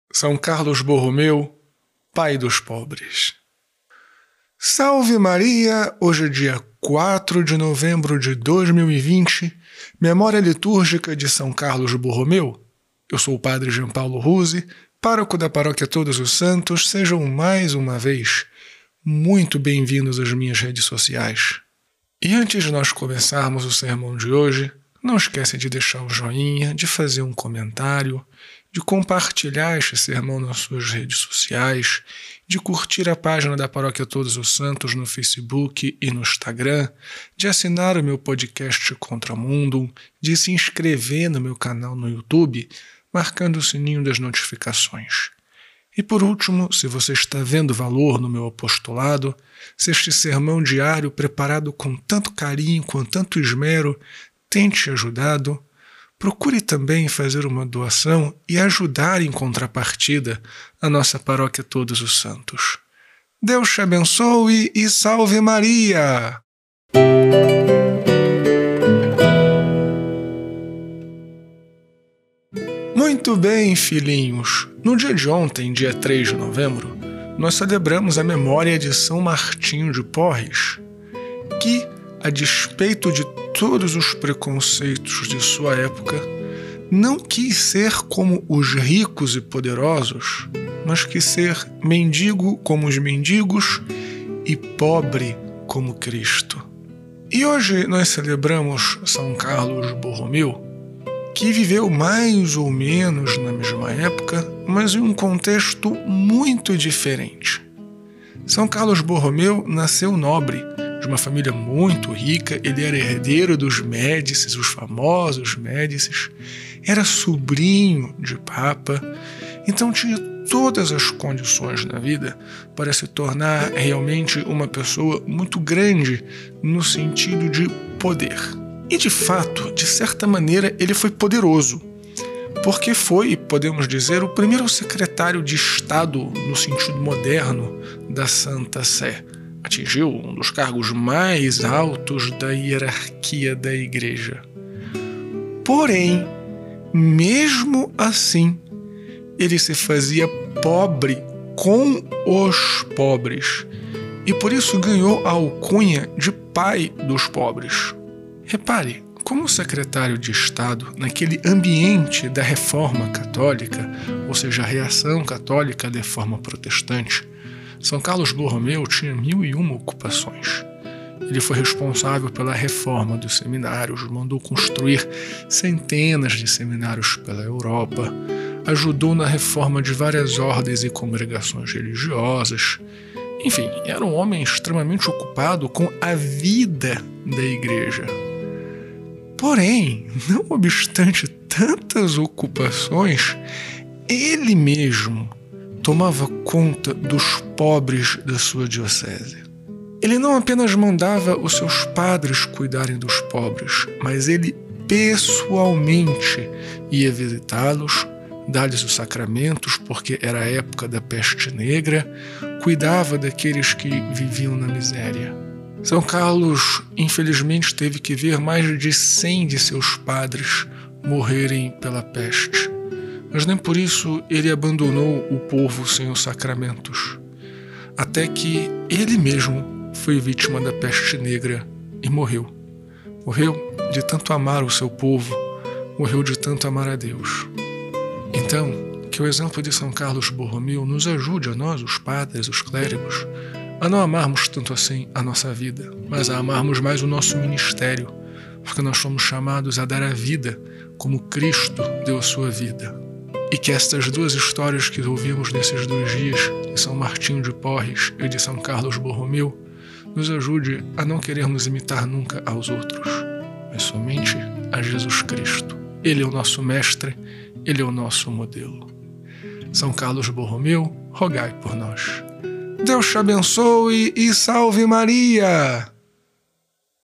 São Carlos Borromeu, pai dos pobres. Salve Maria! Hoje é dia 4 de novembro de 2020, memória litúrgica de São Carlos Borromeu. Eu sou o padre Jean Paulo Ruse, pároco da Paróquia Todos os Santos. Sejam mais uma vez muito bem-vindos às minhas redes sociais. E antes de nós começarmos o sermão de hoje, não esquece de deixar o joinha, de fazer um comentário, de compartilhar este sermão nas suas redes sociais, de curtir a página da Paróquia Todos os Santos no Facebook e no Instagram, de assinar o meu podcast Contramundum, de se inscrever no meu canal no YouTube, marcando o sininho das notificações. E por último, se você está vendo valor no meu apostolado, se este sermão diário preparado com tanto carinho, com tanto esmero, tem te ajudado, procure também fazer uma doação e ajudar em contrapartida a nossa Paróquia Todos os Santos. Deus te abençoe e salve Maria! Muito bem, filhinhos. No dia de ontem, dia 3 de novembro, nós celebramos a memória de São Martinho de Porres, que, a despeito de todos os preconceitos de sua época, não quis ser como os ricos e poderosos, mas quis ser mendigo como os mendigos e pobre como Cristo. E hoje nós celebramos São Carlos Borromeu, que viveu mais ou menos na mesma época, mas em um contexto muito diferente. São Carlos Borromeu nasceu nobre, de uma família muito rica. Ele era herdeiro dos Médicis, os famosos Médicis, era sobrinho de Papa, então tinha todas as condições na vida para se tornar realmente uma pessoa muito grande no sentido de poder. E de fato, de certa maneira, ele foi poderoso, porque foi, podemos dizer, o primeiro secretário de Estado no sentido moderno da Santa Sé. Atingiu um dos cargos mais altos da hierarquia da Igreja. Porém, mesmo assim, ele se fazia pobre com os pobres e por isso ganhou a alcunha de pai dos pobres. Repare, como secretário de Estado, naquele ambiente da Reforma Católica, ou seja, a reação católica à Reforma Protestante, São Carlos Borromeu tinha 1001 ocupações. Ele foi responsável pela reforma dos seminários, mandou construir centenas de seminários pela Europa, ajudou na reforma de várias ordens e congregações religiosas. Enfim, era um homem extremamente ocupado com a vida da Igreja. Porém, não obstante tantas ocupações, ele mesmo tomava conta dos pobres da sua diocese. Ele não apenas mandava os seus padres cuidarem dos pobres, mas ele pessoalmente ia visitá-los, dar-lhes os sacramentos, porque era a época da peste negra, cuidava daqueles que viviam na miséria. São Carlos, infelizmente, teve que ver mais de 100 de seus padres morrerem pela peste. Mas nem por isso ele abandonou o povo sem os sacramentos, até que ele mesmo foi vítima da peste negra e morreu. Morreu de tanto amar o seu povo, morreu de tanto amar a Deus. Então, que o exemplo de São Carlos Borromeu nos ajude a nós, os padres, os clérigos, a não amarmos tanto assim a nossa vida, mas a amarmos mais o nosso ministério, porque nós somos chamados a dar a vida como Cristo deu a sua vida. E que estas duas histórias que ouvimos nesses 2 dias, de São Martinho de Porres e de São Carlos Borromeu, nos ajude a não querermos imitar nunca aos outros, mas somente a Jesus Cristo. Ele é o nosso mestre, ele é o nosso modelo. São Carlos Borromeu, rogai por nós. Deus te abençoe e salve Maria!